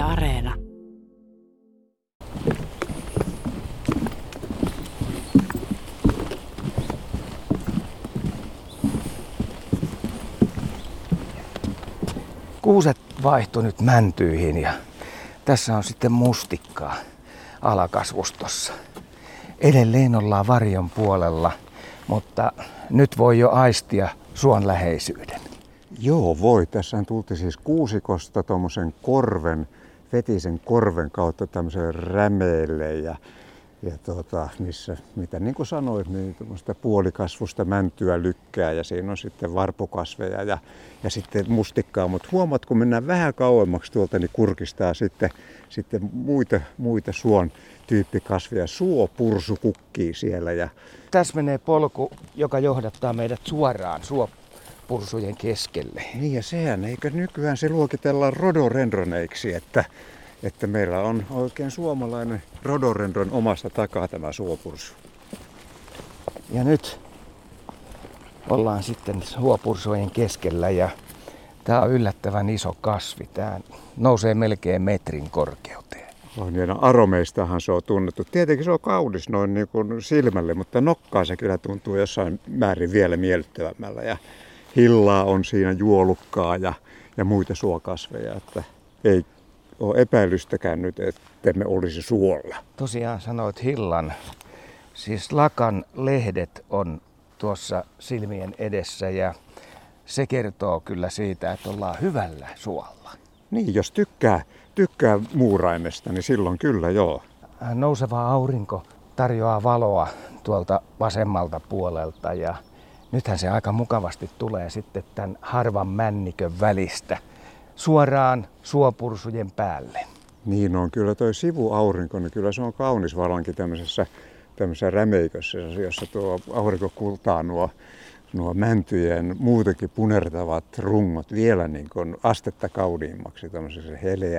Areena. Kuuset vaihtui nyt mäntyihin ja tässä on sitten mustikkaa alakasvustossa. Edelleen ollaan varjon puolella, mutta nyt voi jo aistia suon läheisyyden. Joo, voi. Tässä tultiin siis kuusikosta tuommoisen vetisen korven kautta tämmöiseen rämeelle ja missä, mitä niin kuin sanoit, niin tuommoista puolikasvusta mäntyä lykkää ja siinä on sitten varpukasveja ja sitten mustikkaa. Mutta huomaat, kun mennään vähän kauemmaksi tuolta, niin kurkistaa sitten muita suon tyyppikasveja. Suopursu kukkii siellä. Ja tässä menee polku, joka johdattaa meidät suoraan suopursujen keskelle. Niin ja sehän, eikö nykyään se luokitellaan rhododendroneiksi, että meillä on oikein suomalainen rhododendron omasta takaa tämä suopursu. Ja nyt ollaan sitten suopursujen keskellä ja tää on yllättävän iso kasvi. Tää nousee melkein metrin korkeuteen. Ja aromeistahan se on tunnettu. Tietenkin se on kaunis noin niin kuin silmälle, mutta nokkaa se kyllä tuntuu jossain määrin vielä miellyttävämmällä. Ja hillaa on siinä, juolukkaa ja muita suokasveja, että ei ole epäilystäkään nyt, että me olisi suolla. Tosiaan sanoit hillan. Siis lakan lehdet on tuossa silmien edessä ja se kertoo kyllä siitä, että ollaan hyvällä suolla. Niin, jos tykkää muuraimesta, niin silloin kyllä joo. Nouseva aurinko tarjoaa valoa tuolta vasemmalta puolelta ja nythän se aika mukavasti tulee sitten tämän harvan männikön välistä suoraan suopursujen päälle. Niin on, kyllä toi sivuaurinko, niin kyllä se on kaunis vallankin tämmöisessä rämeikössä, jossa tuo aurinko kultaa nuo mäntyjen muutenkin punertavat rungot vielä niin kuin astetta kauniimmaksi tämmöisessä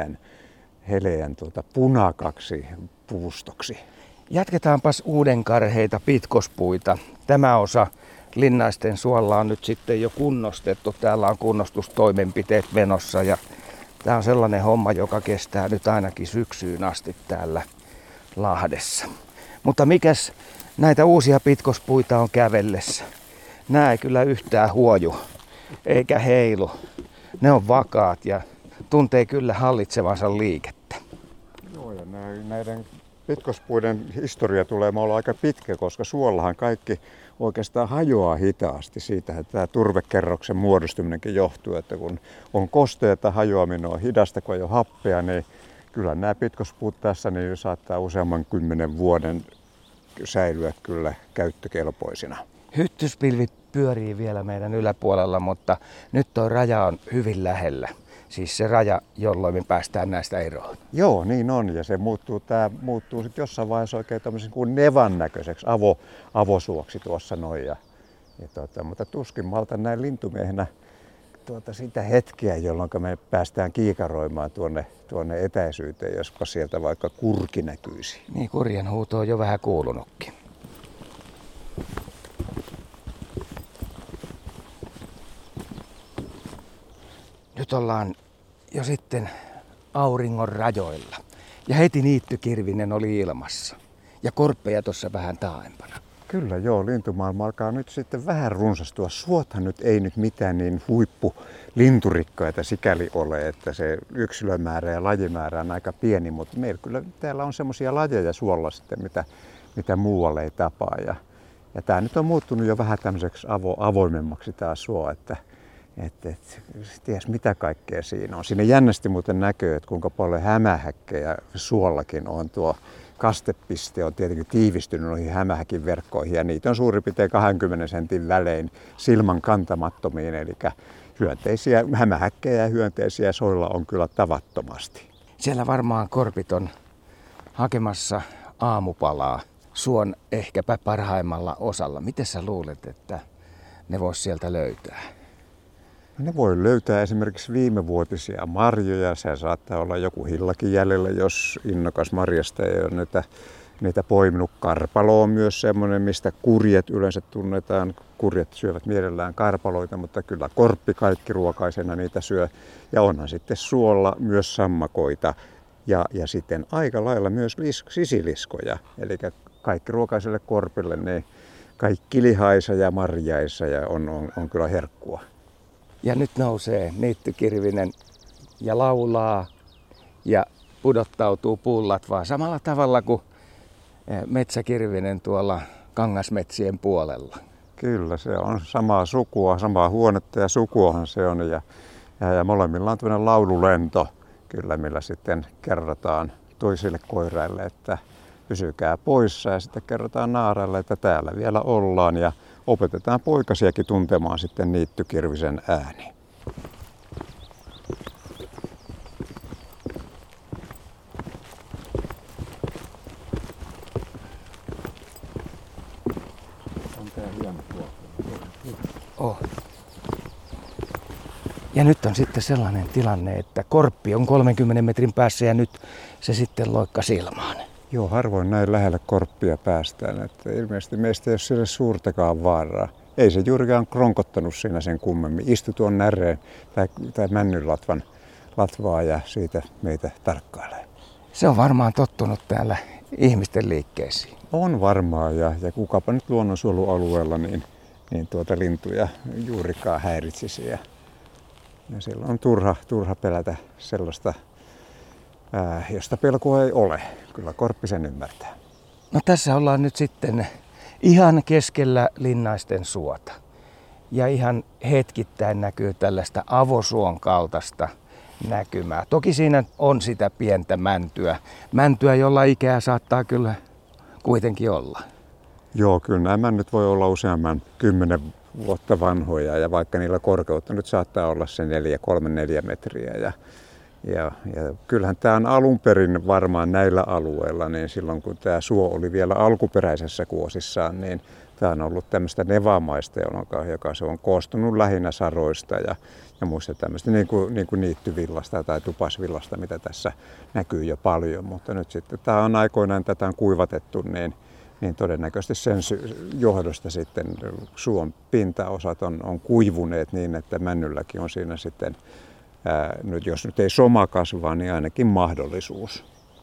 heleän punakaksi puustoksi. Jatketaanpas uudenkarheita pitkospuita. Tämä osa Linnaisten suolla on nyt sitten jo kunnostettu. Täällä on kunnostustoimenpiteet menossa ja tämä on sellainen homma, joka kestää nyt ainakin syksyyn asti täällä Lahdessa. Mutta mikäs näitä uusia pitkospuita on kävellessä? Nää ei kyllä yhtään huoju eikä heilu. Ne on vakaat ja tuntee kyllä hallitsevansa liikettä. Joo, ja näiden pitkospuiden historia tulee olla aika pitkä, koska suollahan kaikki oikeastaan hajoaa hitaasti siitä, että tämä turvekerroksen muodostuminenkin johtuu, että kun on kosteita, hajoaminen on hidasta, kun ei ole happea, niin kyllä nämä pitkospuut tässä niin saattaa useamman 10 vuoden säilyä kyllä käyttökelpoisina. Hyttyspilvi pyörii vielä meidän yläpuolella, mutta nyt tuo raja on hyvin lähellä. Siis se raja, jolloin me päästään näistä eroon. Joo, niin on. Ja tämä muuttuu sitten jossain vaiheessa oikein tämmöisen kuin nevan näköiseksi avosuoksi tuossa noin. Mutta tuskin malta näin lintumiehenä sitä hetkeä, jolloin me päästään kiikaroimaan tuonne etäisyyteen, jospa sieltä vaikka kurki näkyisi. Niin, kurjen huuto on jo vähän kuulunutkin. Nyt ollaan jo sitten auringon rajoilla. Ja heti niittykirvinen oli ilmassa. Ja korppeja tuossa vähän taaempana. Kyllä joo, lintumaailma alkaa nyt sitten vähän runsastua. Suothan nyt ei nyt mitään niin huippulinturikkaita sikäli ole, että se yksilömäärä ja lajimäärä on aika pieni. Mutta meillä kyllä täällä on semmoisia lajeja suolla sitten, mitä muualle ei tapaa. Ja tämä nyt on muuttunut jo vähän tämmöiseksi avoimemmaksi tämä suo, että ties mitä kaikkea siinä on. Siinä jännästi muuten näkyy, että kuinka paljon hämähäkkejä suollakin on. Tuo kastepiste on tietenkin tiivistynyt noihin hämähäkin verkkoihin ja niitä on suurin piirtein 20 sentin välein silman kantamattomiin. Eli hämähäkkejä ja hyönteisiä soilla on kyllä tavattomasti. Siellä varmaan korpit on hakemassa aamupalaa suon ehkäpä parhaimmalla osalla. Miten sä luulet, että ne vois sieltä löytää? Ne voi löytää esimerkiksi viimevuotisia marjoja. Se saattaa olla joku hillakin jäljellä, jos innokas marjasta ei ole niitä poiminut. Karpalo on myös semmoinen, mistä kurjet yleensä tunnetaan. Kurjet syövät mielellään karpaloita, mutta kyllä korppi kaikki ruokaisena niitä syö. Ja onhan sitten suolla myös sammakoita Ja sitten aika lailla myös sisiliskoja, eli kaikki ruokaiselle korpille, niin kaikki lihaisa ja marjaisa ja on kyllä herkkua. Ja nyt nousee niittykirvinen ja laulaa ja pudottautuu puunlatvaan samalla tavalla kuin metsäkirvinen tuolla kangasmetsien puolella. Kyllä, se on samaa sukua, samaa huonetta ja sukuahan se on. Ja molemmilla on tämmöinen laululento, kyllä, millä sitten kerrotaan toisille koiraille, että pysykää poissa, ja sitten kerrotaan naaraille, että täällä vielä ollaan, ja opetetaan poikasiakin tuntemaan sitten niittykirvisen ääni. On tää hieno Oh. Ja nyt on sitten sellainen tilanne, että korppi on 30 metrin päässä ja nyt se sitten loikka silmaan. Joo, harvoin näin lähellä korppia päästään. Että ilmeisesti meistä ei ole sille suurtakaan vaaraa. Ei se juurikaan kronkottanut siinä sen kummemmin. Istui tuon näreen tai männynlatvan latvaa ja siitä meitä tarkkailee. Se on varmaan tottunut täällä ihmisten liikkeisiin. On varmaan ja kukapa nyt luonnonsuojelualueella niin lintuja juurikaan häiritsisi. Ja silloin on turha pelätä sellaista, josta pelkoa ei ole. Kyllä korppi sen ymmärtää. No tässä ollaan nyt sitten ihan keskellä Linnaisten suota. Ja ihan hetkittäin näkyy tällaista avosuon kaltaista näkymää. Toki siinä on sitä pientä mäntyä, jolla ikää saattaa kyllä kuitenkin olla. Joo, kyllä nämä nyt voi olla useamman 10 vuotta vanhoja ja vaikka niillä korkeutta nyt saattaa olla se 3-4 metriä. Ja kyllähän tämä on alun perin varmaan näillä alueilla, niin silloin kun tämä suo oli vielä alkuperäisessä kuosissaan, niin tämä on ollut tämmöistä nevamaista, joka se on koostunut lähinnä saroista ja muista tämmöistä niin kuin niittyvillasta tai tupasvillasta, mitä tässä näkyy jo paljon. Mutta nyt sitten tämä on aikoinaan tätä on kuivatettu, niin todennäköisesti sen johdosta sitten suon pintaosat on kuivuneet niin, että männylläkin on siinä sitten, nyt jos nyt ei soma kasvaa, niin ainakin mahdollisuus.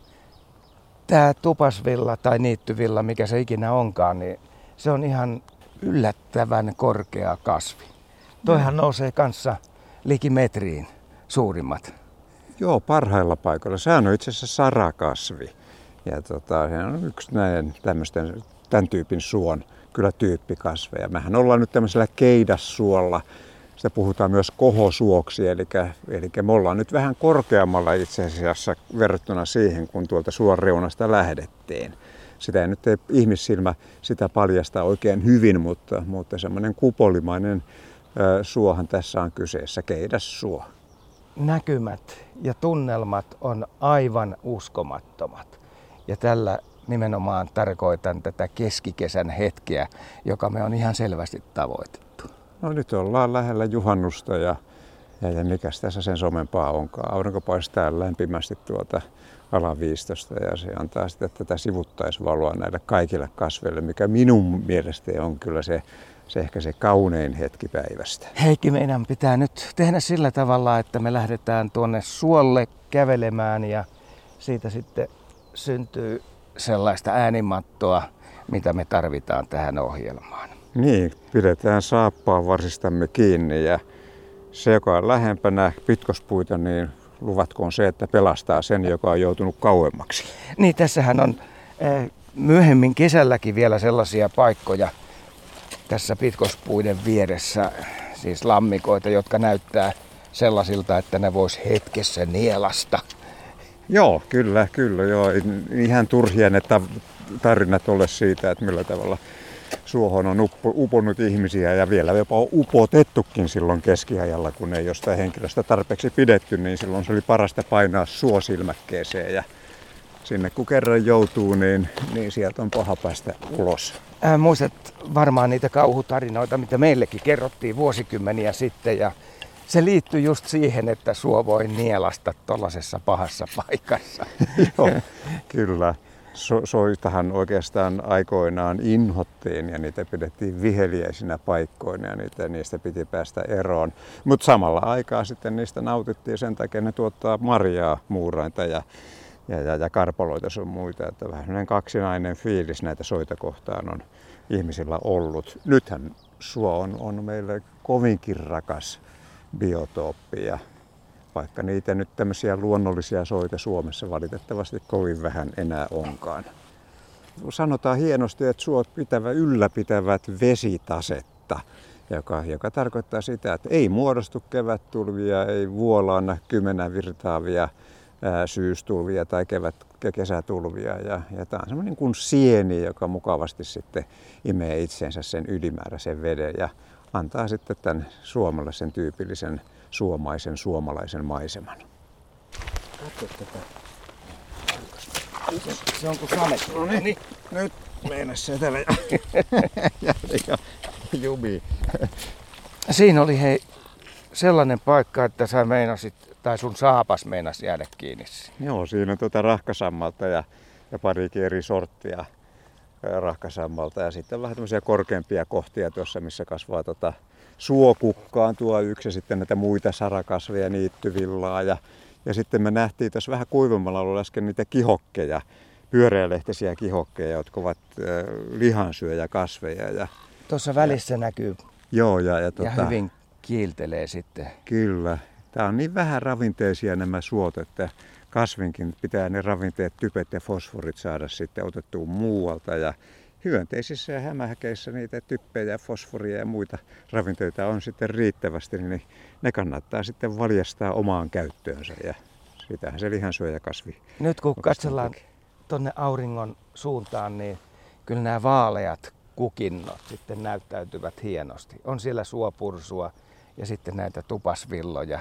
Tämä tupasvilla tai niittyvilla, mikä se ikinä onkaan, niin se on ihan yllättävän korkea kasvi. Toihan nousee kanssa liki metriin suurimmat. Joo, parhailla paikoilla. Sehän on itse asiassa sarakasvi. Ja se on yksi näiden tämän tyypin suon kyllä tyyppikasveja. Mehän ollaan nyt tämmöisellä keidassuolla. Sitä puhutaan myös kohosuoksi, eli me ollaan nyt vähän korkeammalla itse asiassa verrattuna siihen, kun tuolta suon reunasta lähdettiin. Sitä ei nyt ihmissilmä sitä paljastaa oikein hyvin, mutta semmoinen kupolimainen suohan tässä on kyseessä, keidassuo. Näkymät ja tunnelmat on aivan uskomattomat. Ja tällä nimenomaan tarkoitan tätä keskikesän hetkeä, joka me on ihan selvästi tavoitettu. No nyt ollaan lähellä juhannusta ja mikäs tässä sen somempaa onkaan. Aurinko paistaa lämpimästi tuolta alaviistosta ja se antaa sitten tätä sivuttaisvaloa näille kaikille kasveille, mikä minun mielestäni on kyllä se ehkä se kaunein hetki päivästä. Heikki, meidän pitää nyt tehdä sillä tavalla, että me lähdetään tuonne suolle kävelemään ja siitä sitten syntyy sellaista äänimattoa, mitä me tarvitaan tähän ohjelmaan. Niin, pidetään saappaan varsistamme kiinni ja se, joka on lähempänä pitkospuita, niin luvatkoon se, että pelastaa sen, joka on joutunut kauemmaksi. Niin, tässähän on myöhemmin kesälläkin vielä sellaisia paikkoja tässä pitkospuiden vieressä, siis lammikoita, jotka näyttää sellaisilta, että ne vois hetkessä nielasta. Joo, kyllä. Joo. Ihan turhia ne tarinat ole siitä, että millä tavalla suohon on uponnut ihmisiä ja vielä jopa upotettukin silloin keskiajalla, kun ei jostain henkilöstä tarpeeksi pidetty, niin silloin se oli parasta painaa suosilmäkkeeseen ja sinne kun kerran joutuu, niin sieltä on paha päästä ulos. Muistat varmaan niitä kauhutarinoita, mitä meillekin kerrottiin vuosikymmeniä sitten ja se liittyy just siihen, että suo voi nielasta tuollaisessa pahassa paikassa. Joo, kyllä. Soitahan oikeastaan aikoinaan inhottiin ja niitä pidettiin viheliäisinä paikkoina ja niistä piti päästä eroon. Mutta samalla aikaa sitten niistä nautittiin sen takia, ne tuottaa marjaa, muurainta ja ja karpaloita sun muita. Että vähän kaksinainen fiilis näitä soita kohtaan on ihmisillä ollut. Nythän suo on meille kovinkin rakas biotooppi, ja vaikka niitä nyt tämmöisiä luonnollisia soita Suomessa valitettavasti kovin vähän enää onkaan. Sanotaan hienosti, että suot ylläpitävät vesitasetta, joka tarkoittaa sitä, että ei muodostu kevättulvia, ei vuolaanna kymmenen virtaavia syystulvia tai kesätulvia. Ja tämä on semmoinen kuin sieni, joka mukavasti sitten imee itseensä sen ylimääräisen veden ja antaa sitten tämän suomalaisen tyypillisen suomalaisen maiseman. Katso tätä. Se on kuin samet. No niin, nyt meinas setälä ja jumi. Siinä oli sellainen paikka, että sä meinasit, tai sun saapas meinas jäädä kiinni. Joo, siinä on rahkasammalta ja parikin eri sorttia rahkasammalta ja sitten vähän tämmöisiä korkeampia kohtia tuossa, missä kasvaa suokukkaan tuo yksi ja sitten näitä muita sarakasveja, niittyvillaa ja sitten me nähtiin tässä vähän kuivemmalla alueella äsken niitä kihokkeja, pyöreälehtisiä kihokkeja, jotka ovat lihansyöjäkasveja. Ja tuossa välissä näkyy joo, ja hyvin kiiltelee sitten. Kyllä. Tämä on niin vähän ravinteisia nämä suot, että kasvinkin pitää ne ravinteet, typet ja fosforit saada sitten otettua muualta. Ja hyönteisissä ja hämähäkeissä niitä typpejä, fosforia ja muita ravinteita on sitten riittävästi, niin ne kannattaa sitten valjastaa omaan käyttöönsä. Ja sitähän se lihansyöjäkasvi. Nyt kun katsellaan tuonne auringon suuntaan, niin kyllä nämä vaaleat kukinnot sitten näyttäytyvät hienosti. On siellä suopursua ja sitten näitä tupasvilloja.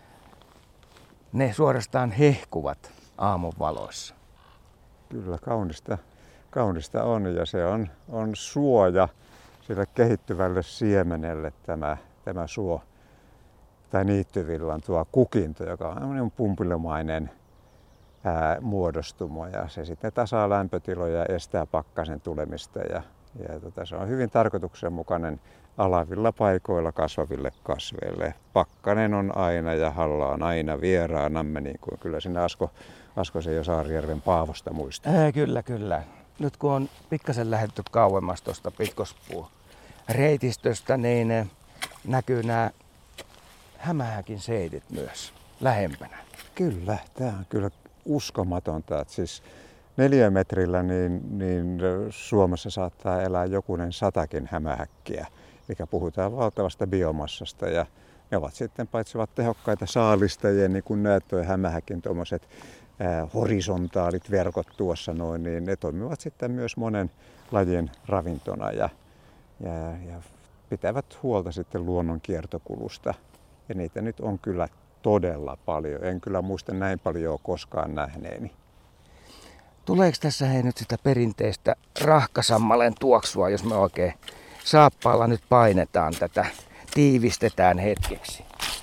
Ne suorastaan hehkuvat aamunvaloissa. Kyllä, kaunista on ja se on suoja sille kehittyvälle siemenelle tämä suo tai niittyvillan tuo kukinto, joka on pumpulemainen muodostuma ja se sitten tasaa lämpötiloja ja estää pakkasen tulemista ja se on hyvin tarkoituksenmukainen alavilla paikoilla kasvaville kasveille. Pakkanen on aina ja halla on aina vieraanamme, niin kuin kyllä sinä Askosen ja Saarijärven Paavosta muistaa. Kyllä. Nyt kun on pikkasen lähdetty kauemmas tuosta Pitkospuun reitistöstä, niin näkyy nämä Hämähäkin seidit myös lähempänä. Kyllä, tämä on kyllä uskomatonta. Että siis 4 metrillä niin Suomessa saattaa elää jokunen 100 hämähäkkiä. Eli puhutaan valtavasta biomassasta ja ne ovat sitten paitsi ovat tehokkaita saalistajia, niin kun näet tuo hämähäkin tuommoiset horisontaalit verkot tuossa noin, niin ne toimivat sitten myös monen lajin ravintona ja pitävät huolta sitten luonnon kiertokulusta. Ja niitä nyt on kyllä todella paljon. En kyllä muista näin paljon koskaan nähneeni. Tuleeko tässä nyt sitä perinteistä rahkasammalen tuoksua, jos me oikein saappaalla nyt painetaan tätä, tiivistetään hetkeksi?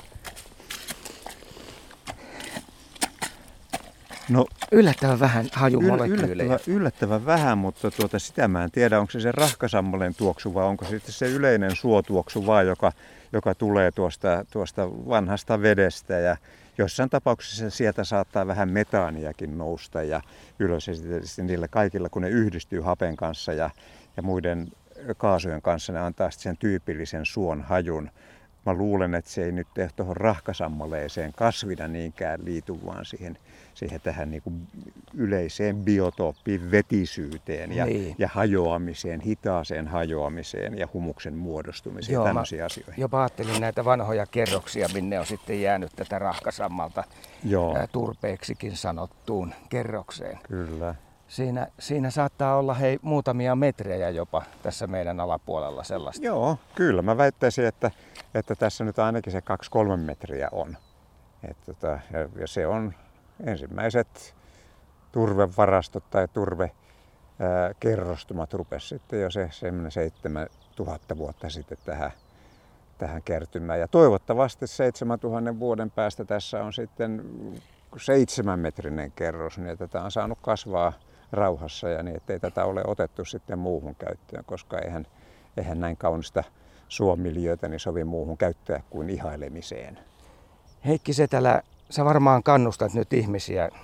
No, yllättävän vähän hajumolekyylejä. Yllättävän vähän, mutta sitä mä en tiedä, onko se rahkasammalen tuoksu vai onko sitten se yleinen suotuoksu vaan, joka tulee tuosta vanhasta vedestä. Ja jossain tapauksessa sieltä saattaa vähän metaaniakin nousta ja ylös niillä kaikilla, kun ne yhdistyy hapen kanssa ja muiden kaasujen kanssa, ne antaa sen tyypillisen suon hajun. Mä luulen, että se ei nyt tuohon rahkasammaleeseen kasvina niinkään liity, vaan siihen tähän niin kuin yleiseen biotooppiin, vetisyyteen ja hajoamiseen, hitaaseen hajoamiseen ja humuksen muodostumiseen, tämmöisiin asioihin. Jopa ajattelin näitä vanhoja kerroksia, minne on sitten jäänyt tätä rahkasammalta turpeeksikin sanottuun kerrokseen. Kyllä. Siinä saattaa olla muutamia metrejä jopa tässä meidän alapuolella sellaista. Joo, kyllä. Mä väittäisin, että tässä nyt ainakin se 2-3 metriä on. Ja se on ensimmäiset turvevarastot tai turvekerrostumat rupesi sitten jo se 7000 vuotta sitten tähän kertymään. Ja toivottavasti 7000 vuoden päästä tässä on sitten 7-metrinen kerros, niin tätä on saanut kasvaa rauhassa ja niin, ettei tätä ole otettu sitten muuhun käyttöön, koska eihän näin kaunista suomiljöötä niin sovi muuhun käyttää kuin ihailemiseen. Heikki Setälä, sä varmaan kannustat nyt ihmisiä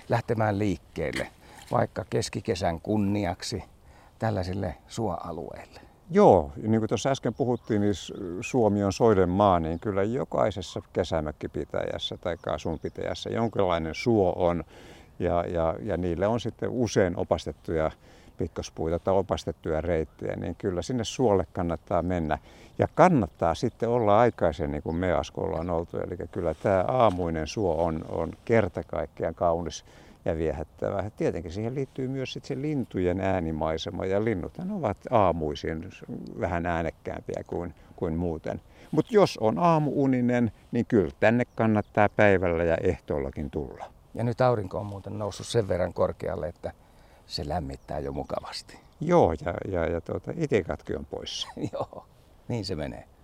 lähtemään liikkeelle vaikka keskikesän kunniaksi tällaisille suoalueille? Joo, niin kuin tuossa äsken puhuttiin, niin Suomi on soiden maa, niin kyllä jokaisessa kesämökkipitäjässä tai asuinpitäjässä jonkinlainen suo on. Ja niille on sitten usein opastettuja pitkospuita tai opastettuja reittejä, niin kyllä sinne suolle kannattaa mennä. Ja kannattaa sitten olla aikaisen, niin kuin me Asko ollaan oltu. Eli kyllä tämä aamuinen suo on kerta kaikkiaan kaunis ja viehättävä. Tietenkin siihen liittyy myös sitten se lintujen äänimaisema, ja linnuthan ovat aamuisin vähän äänekkäämpiä kuin muuten. Mutta jos on aamuuninen, niin kyllä tänne kannattaa päivällä ja ehtoollakin tulla. Ja nyt aurinko on muuten noussut sen verran korkealle, että se lämmittää jo mukavasti. Joo, ja itikatkin on poissa. Joo, niin se menee.